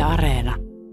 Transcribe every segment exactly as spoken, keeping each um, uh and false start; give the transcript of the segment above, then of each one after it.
Areena.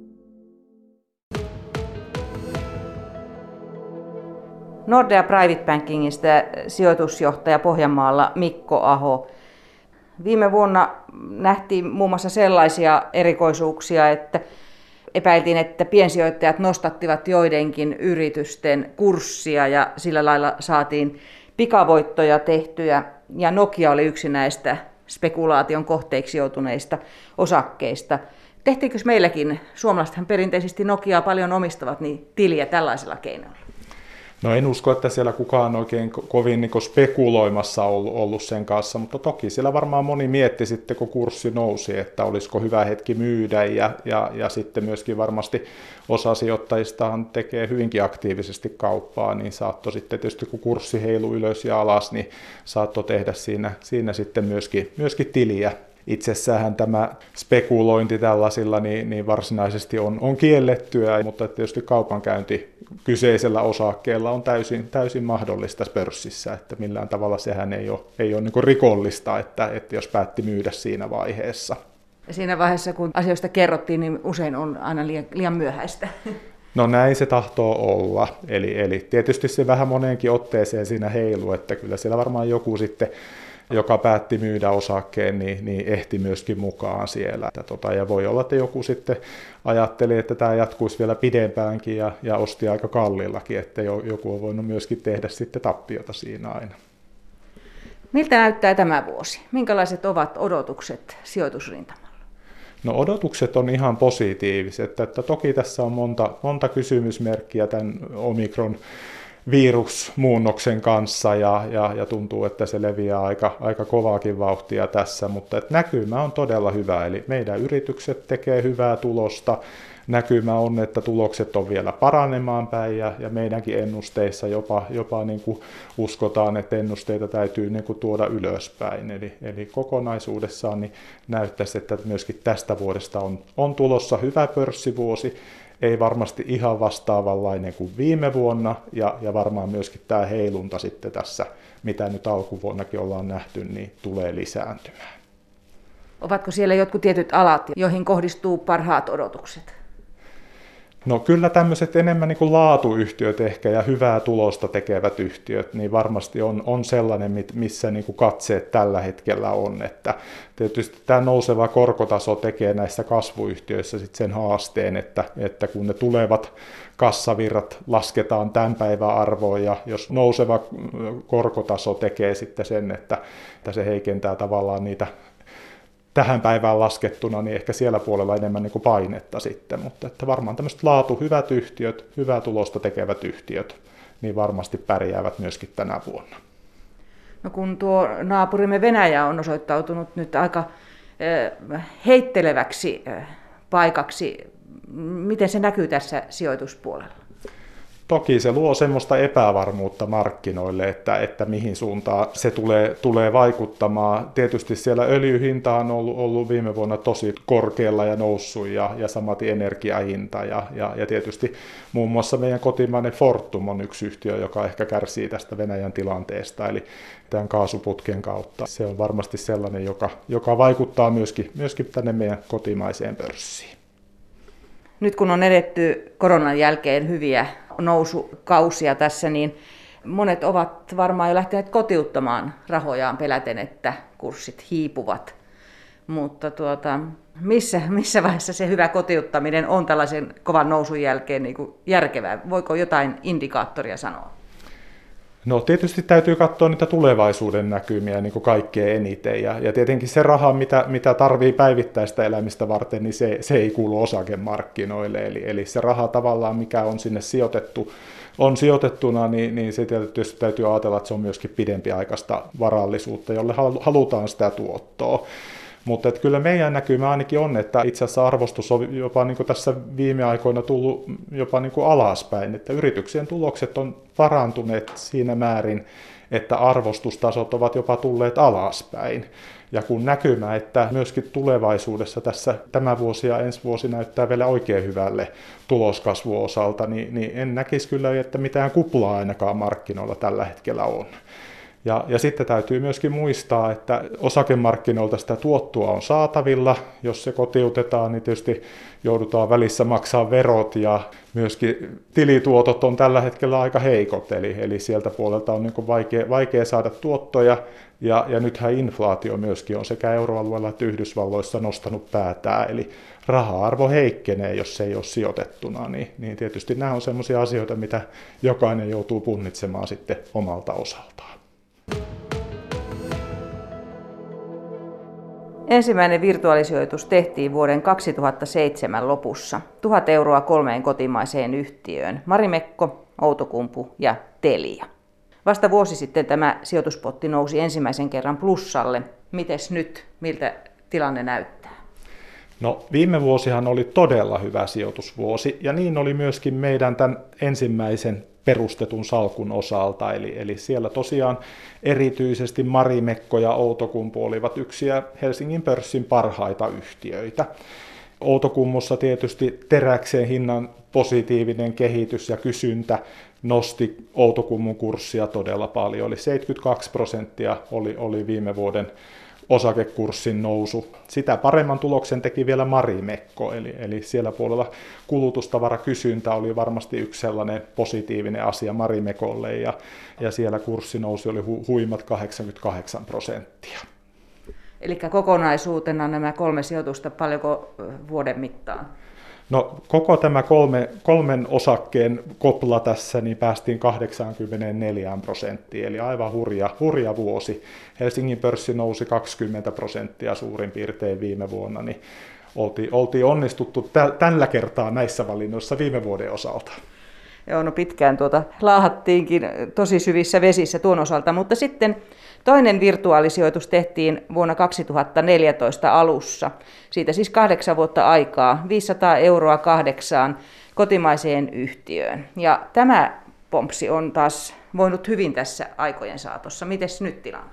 Nordea Private Bankingista sijoitusjohtaja Pohjanmaalla Mikko Aho. Viime vuonna nähtiin muun muassa sellaisia erikoisuuksia, että epäiltiin, että piensijoittajat nostattivat joidenkin yritysten kurssia ja sillä lailla saatiin pikavoittoja tehtyä. Ja Nokia oli yksi näistä spekulaation kohteeksi joutuneista osakkeista. Tehtiinkö meilläkin, suomalaisethan perinteisesti Nokiaa paljon omistavat, niin tiliä tällaisilla keinoilla? No en usko, että siellä kukaan oikein kovin niin spekuloimassa ollut, ollut sen kanssa, mutta toki siellä varmaan moni mietti sitten, kun kurssi nousi, että olisiko hyvä hetki myydä ja, ja, ja sitten myöskin varmasti osa sijoittajistahan tekee hyvinkin aktiivisesti kauppaa, niin saattoi sitten tietysti kun kurssi heilu ylös ja alas, niin saattoi tehdä siinä, siinä sitten myöskin, myöskin tiliä. Itsessähän tämä spekulointi tällaisilla niin, niin varsinaisesti on, on kiellettyä, mutta tietysti kaupankäynti kyseisellä osakkeella on täysin, täysin mahdollista pörssissä, että millään tavalla sehän ei ole, ei ole niin kuin rikollista, että, että jos päätti myydä siinä vaiheessa. Ja siinä vaiheessa, kun asioista kerrottiin, niin usein on aina liian, liian myöhäistä. No näin se tahtoo olla, eli, eli tietysti se vähän moneenkin otteeseen siinä heilu, että kyllä siellä varmaan joku sitten, joka päätti myydä osakkeen, niin, niin ehti myöskin mukaan siellä. Ja, tota, ja voi olla, että joku sitten ajatteli, että tämä jatkuisi vielä pidempäänkin ja, ja osti aika kalliillakin, että joku on voinut myöskin tehdä sitten tappiota siinä aina. Miltä näyttää tämä vuosi? Minkälaiset ovat odotukset sijoitusrintamalla? No odotukset on ihan positiiviset, että toki tässä on monta, monta kysymysmerkkiä tämän Omikron virusmuunnoksen kanssa ja, ja, ja tuntuu, että se leviää aika, aika kovaakin vauhtia tässä, mutta että näkymä on todella hyvä, eli meidän yritykset tekee hyvää tulosta, näkymä on, että tulokset on vielä paranemaan päin ja, ja meidänkin ennusteissa jopa, jopa niin kuin uskotaan, että ennusteita täytyy niin kuin tuoda ylöspäin, eli, eli kokonaisuudessaan niin näyttäisi, että myöskin tästä vuodesta on, on tulossa hyvä pörssivuosi. Ei varmasti ihan vastaavanlainen kuin viime vuonna, ja, ja varmaan myöskin tämä heilunta sitten tässä, mitä nyt alkuvuonnakin ollaan nähty, niin tulee lisääntymään. Ovatko siellä jotkut tietyt alat, joihin kohdistuu parhaat odotukset? No kyllä tämmöiset enemmän niin kuin laatuyhtiöt ehkä ja hyvää tulosta tekevät yhtiöt, niin varmasti on, on sellainen, missä niin kuin katseet tällä hetkellä on. Että tietysti tämä nouseva korkotaso tekee näissä kasvuyhtiöissä sit sen haasteen, että, että kun ne tulevat kassavirrat lasketaan tämän päivän arvoon ja jos nouseva korkotaso tekee sitten sen, että, että se heikentää tavallaan niitä tähän päivään laskettuna, niin ehkä siellä puolella enemmän niin kuin painetta sitten, mutta että varmaan tämmöiset laatu, hyvät yhtiöt, hyvää tulosta tekevät yhtiöt, niin varmasti pärjäävät myöskin tänä vuonna. No kun tuo naapurimme Venäjä on osoittautunut nyt aika heitteleväksi paikaksi, miten se näkyy tässä sijoituspuolella? Toki se luo semmoista epävarmuutta markkinoille, että, että mihin suuntaan se tulee, tulee vaikuttamaan. Tietysti siellä öljyhinta on ollut, ollut viime vuonna tosi korkealla ja noussut ja, ja samatin energiahinta. Ja, ja, ja tietysti muun muassa meidän kotimainen Fortum on yksi yhtiö, joka ehkä kärsii tästä Venäjän tilanteesta, eli tämän kaasuputken kautta. Se on varmasti sellainen, joka, joka vaikuttaa myöskin, myöskin tänne meidän kotimaiseen pörssiin. Nyt kun on edetty koronan jälkeen hyviä nousukausia tässä, niin monet ovat varmaan jo lähteneet kotiuttamaan rahojaan peläten, että kurssit hiipuvat. Mutta tuota, missä, missä vaiheessa se hyvä kotiuttaminen on tällaisen kovan nousun jälkeen niin kuin järkevää? Voiko jotain indikaattoria sanoa? No tietysti täytyy katsoa niitä tulevaisuuden näkymiä niin kuin kaikkein eniten ja, ja tietenkin se raha, mitä, mitä tarvii päivittäistä elämistä varten, niin se, se ei kuulu osakemarkkinoille, eli, eli se raha tavallaan, mikä on sinne sijoitettu, on sijoitettuna, niin, niin se tietysti täytyy ajatella, että se on myöskin pidempiaikaista varallisuutta, jolle halutaan sitä tuottoa. Mutta kyllä meidän näkymä ainakin on, että itse asiassa arvostus on jopa niin kuin tässä viime aikoina tullut jopa niin kuin alaspäin, että yrityksien tulokset on parantuneet siinä määrin, että arvostustasot ovat jopa tulleet alaspäin. Ja kun näkymä, että myöskin tulevaisuudessa tässä tämä vuosi ja ensi vuosi näyttää vielä oikein hyvälle tuloskasvun osalta, niin, niin en näkisi kyllä, että mitään kuplaa ainakaan markkinoilla tällä hetkellä on. Ja, ja sitten täytyy myöskin muistaa, että osakemarkkinoilta sitä tuottoa on saatavilla. Jos se kotiutetaan, niin tietysti joudutaan välissä maksaa verot ja myöskin tilituotot on tällä hetkellä aika heikot. Eli, eli sieltä puolelta on niin kuin vaikea, vaikea saada tuottoja ja, ja nythän inflaatio myöskin on sekä euroalueella että Yhdysvalloissa nostanut päätään. Eli raha-arvo heikkenee, jos se ei ole sijoitettuna. Niin, niin tietysti nämä on sellaisia asioita, mitä jokainen joutuu punnitsemaan sitten omalta osaltaan. Ensimmäinen virtuaalisijoitus tehtiin vuoden kaksituhattaseitsemän lopussa. Tuhat euroa kolmeen kotimaiseen yhtiöön. Marimekko, Outokumpu ja Telia. Vasta vuosi sitten tämä sijoituspotti nousi ensimmäisen kerran plussalle. Mites nyt? Miltä tilanne näyttää? No viime vuosihan oli todella hyvä sijoitusvuosi ja niin oli myöskin meidän tämän ensimmäisen perustetun salkun osalta, eli, eli siellä tosiaan erityisesti Marimekko ja Outokumpu olivat yksiä Helsingin pörssin parhaita yhtiöitä. Outokummussa tietysti teräkseen hinnan positiivinen kehitys ja kysyntä nosti Outokummun kurssia todella paljon, eli seitsemänkymmentäkaksi prosenttia oli, oli viime vuoden osakekurssin nousu. Sitä paremman tuloksen teki vielä Marimekko, eli, eli siellä puolella kulutustavarakysyntä oli varmasti yksi sellainen positiivinen asia Marimekolle, ja, ja siellä kurssinousu oli hu, huimat kahdeksankymmentäkahdeksan prosenttia. Eli kokonaisuutena nämä kolme sijoitusta, paljonko vuoden mittaan? No koko tämä kolme, kolmen osakkeen kopla tässä, niin päästiin kahdeksankymmentäneljä prosenttiin, eli aivan hurja, hurja vuosi. Helsingin pörssi nousi kaksikymmentä prosenttia suurin piirtein viime vuonna, niin oltiin, oltiin onnistuttu tä, tällä kertaa näissä valinnoissa viime vuoden osalta. Joo, no pitkään tuota laahattiinkin tosi syvissä vesissä tuon osalta, mutta sitten toinen virtuaalisijoitus tehtiin vuonna kaksituhattaneljätoista alussa. Siitä siis kahdeksan vuotta aikaa, viisisataa euroa kahdeksaan kotimaiseen yhtiöön. Ja tämä pompsi on taas voinut hyvin tässä aikojen saatossa. Mites nyt tilanne?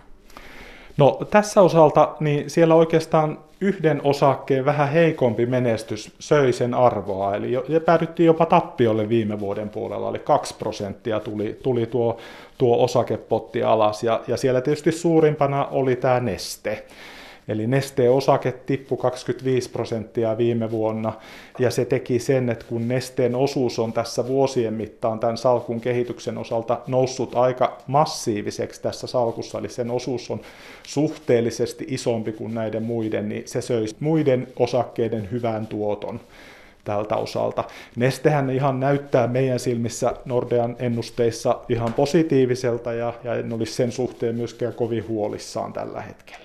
No tässä osalta niin siellä oikeastaan yhden osakkeen vähän heikompi menestys söi sen arvoa, eli jo, päädyttiin jopa tappiolle viime vuoden puolella, eli kaksi prosenttia tuli, tuli tuo, tuo osakepotti alas, ja, ja siellä tietysti suurimpana oli tämä Neste. Eli Nesteen osake tippui kaksikymmentäviisi prosenttia viime vuonna, ja se teki sen, että kun Nesteen osuus on tässä vuosien mittaan tämän salkun kehityksen osalta noussut aika massiiviseksi tässä salkussa, eli sen osuus on suhteellisesti isompi kuin näiden muiden, niin se söi muiden osakkeiden hyvän tuoton tältä osalta. Nestehän ihan näyttää meidän silmissä Nordean ennusteissa ihan positiiviselta, ja, ja en olisi sen suhteen myöskään kovin huolissaan tällä hetkellä.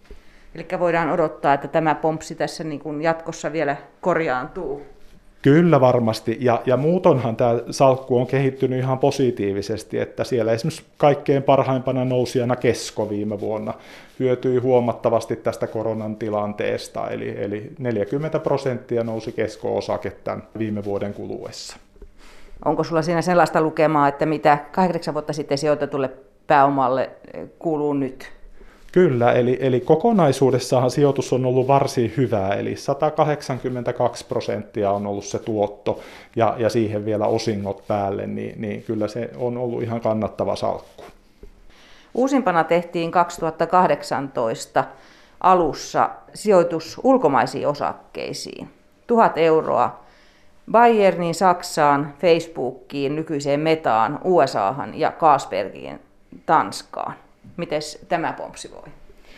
Eli voidaan odottaa, että tämä pompsi tässä niin kuin jatkossa vielä korjaantuu. Kyllä varmasti, ja, ja muutonhan tämä salkku on kehittynyt ihan positiivisesti, että siellä esimerkiksi kaikkein parhaimpana nousijana Kesko viime vuonna hyötyi huomattavasti tästä koronan tilanteesta, eli, eli neljäkymmentä prosenttia nousi Kesko-osake tämän viime vuoden kuluessa. Onko sulla siinä sellaista lukemaa, että mitä kahdeksan vuotta sitten sijoitetulle pääomalle kuuluu nyt? Kyllä, eli, eli kokonaisuudessahan sijoitus on ollut varsin hyvää, eli sata kahdeksankymmentäkaksi prosenttia on ollut se tuotto, ja, ja siihen vielä osingot päälle, niin, niin kyllä se on ollut ihan kannattava salkku. Uusimpana tehtiin kaksituhattakahdeksantoista alussa sijoitus ulkomaisiin osakkeisiin. Tuhat euroa Bayerniin, Saksaan, Facebookiin, nykyiseen Metaan, U S Ahan ja Carlsbergiin, Tanskaan. Mites tämä pompsi voi?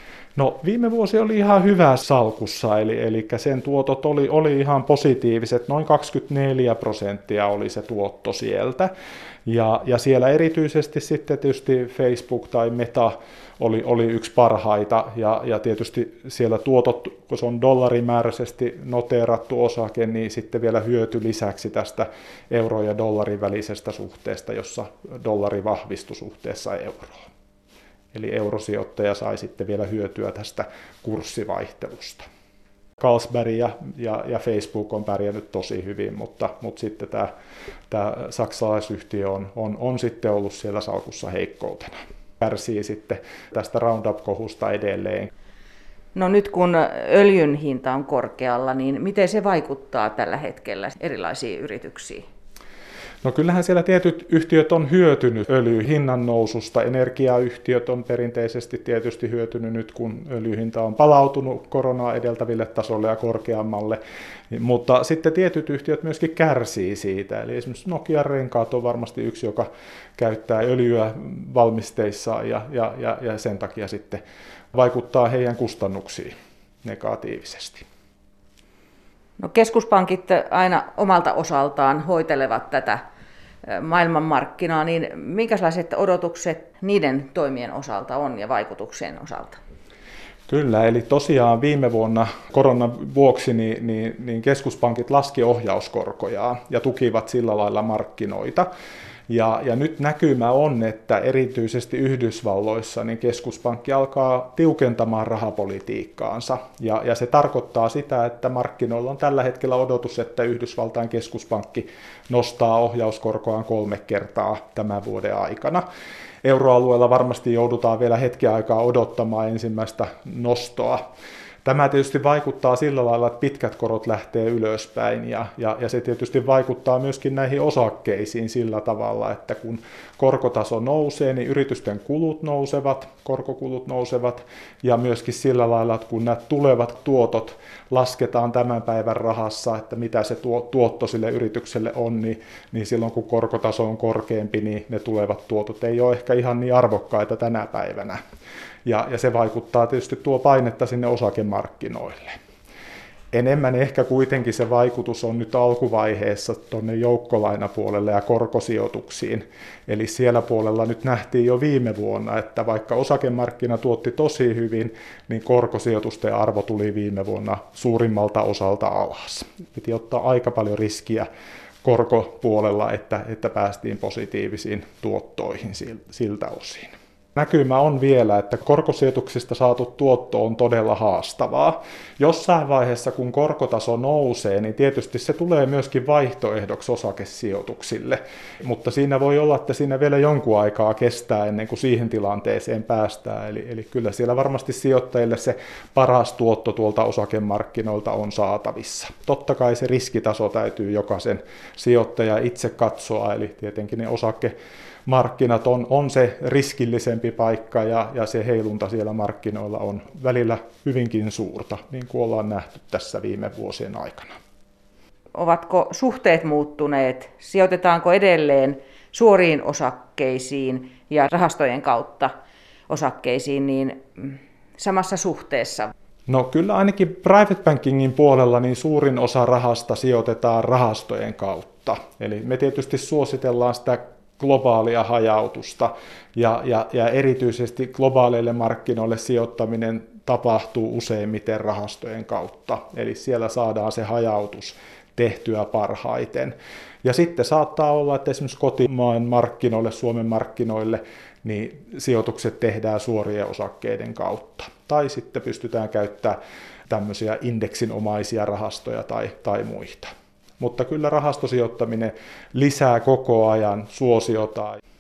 No viime vuosi oli ihan hyvä salkussa, eli, eli sen tuotot oli, oli ihan positiiviset, noin kaksikymmentäneljä prosenttia oli se tuotto sieltä. Ja, ja siellä erityisesti sitten tietysti Facebook tai Meta oli, oli yksi parhaita, ja, ja tietysti siellä tuotot, kun se on dollarimääräisesti noteerattu osake, niin sitten vielä hyöty lisäksi tästä euro- ja dollarin välisestä suhteesta, jossa dollari vahvistui suhteessa euroon. Eli eurosijoittaja sai sitten vielä hyötyä tästä kurssivaihtelusta. Carlsberg ja, ja, ja Facebook on pärjännyt tosi hyvin, mutta, mutta sitten tämä, tämä saksalaisyhtiö on, on, on sitten ollut siellä salkussa heikkoutena. Kärsii sitten tästä Roundup-kohusta edelleen. No nyt kun öljyn hinta on korkealla, niin miten se vaikuttaa tällä hetkellä erilaisiin yrityksiin? No kyllähän siellä tietyt yhtiöt on hyötynyt öljyn hinnan noususta. Energiayhtiöt on perinteisesti tietysti hyötynyt nyt, kun öljyhinta on palautunut koronaa edeltäville tasolle ja korkeammalle. Mutta sitten tietyt yhtiöt myöskin kärsii siitä. Eli esimerkiksi Nokian renkaat on varmasti yksi, joka käyttää öljyä valmisteissaan ja, ja, ja, ja sen takia sitten vaikuttaa heidän kustannuksiin negatiivisesti. No keskuspankit aina omalta osaltaan hoitelevat tätä maailmanmarkkinaa, niin minkälaiset odotukset niiden toimien osalta on ja vaikutuksien osalta? Kyllä, eli tosiaan viime vuonna koronan vuoksi niin, niin, niin keskuspankit laski ohjauskorkojaan ja tukivat sillä lailla markkinoita. Ja, ja nyt näkymä on, että erityisesti Yhdysvalloissa niin keskuspankki alkaa tiukentamaan rahapolitiikkaansa. Ja, ja se tarkoittaa sitä, että markkinoilla on tällä hetkellä odotus, että Yhdysvaltain keskuspankki nostaa ohjauskorkoaan kolme kertaa tämän vuoden aikana. Euroalueella varmasti joudutaan vielä hetken aikaa odottamaan ensimmäistä nostoa. Tämä tietysti vaikuttaa sillä lailla, että pitkät korot lähtee ylöspäin ja, ja, ja se tietysti vaikuttaa myöskin näihin osakkeisiin sillä tavalla, että kun korkotaso nousee, niin yritysten kulut nousevat, korkokulut nousevat ja myöskin sillä lailla, että kun nämä tulevat tuotot lasketaan tämän päivän rahassa, että mitä se tuotto sille yritykselle on, niin, niin silloin kun korkotaso on korkeampi, niin ne tulevat tuotot ei ole ehkä ihan niin arvokkaita tänä päivänä. Ja, ja se vaikuttaa tietysti tuo painetta sinne osakemarkkinoille. Enemmän ehkä kuitenkin se vaikutus on nyt alkuvaiheessa tuonne joukkolainapuolelle ja korkosijoituksiin. Eli siellä puolella nyt nähtiin jo viime vuonna, että vaikka osakemarkkina tuotti tosi hyvin, niin korkosijoitusten arvo tuli viime vuonna suurimmalta osalta alas. Piti ottaa aika paljon riskiä korkopuolella, että, että päästiin positiivisiin tuottoihin siltä osin. Näkymä on vielä, että korkosijoituksista saatu tuotto on todella haastavaa. Jossain vaiheessa, kun korkotaso nousee, niin tietysti se tulee myöskin vaihtoehdoksi osakesijoituksille. Mutta siinä voi olla, että siinä vielä jonkun aikaa kestää ennen kuin siihen tilanteeseen päästään. Eli, eli kyllä siellä varmasti sijoittajille se paras tuotto tuolta osakemarkkinoilta on saatavissa. Totta kai se riskitaso täytyy jokaisen sijoittaja itse katsoa, eli tietenkin ne osake markkinat on, on se riskillisempi paikka ja, ja se heilunta siellä markkinoilla on välillä hyvinkin suurta, niin kuin ollaan nähty tässä viime vuosien aikana. Ovatko suhteet muuttuneet? Sijoitetaanko edelleen suoriin osakkeisiin ja rahastojen kautta osakkeisiin niin samassa suhteessa? No kyllä ainakin private bankingin puolella niin suurin osa rahasta sijoitetaan rahastojen kautta. Eli me tietysti suositellaan sitä globaalia hajautusta ja, ja, ja erityisesti globaaleille markkinoille sijoittaminen tapahtuu useimmiten rahastojen kautta. Eli siellä saadaan se hajautus tehtyä parhaiten. Ja sitten saattaa olla, että esimerkiksi kotimaan markkinoille, Suomen markkinoille, niin sijoitukset tehdään suorien osakkeiden kautta. Tai sitten pystytään käyttämään tämmöisiä indeksinomaisia rahastoja tai, tai muita. Mutta kyllä rahastosijoittaminen lisää koko ajan suosiota.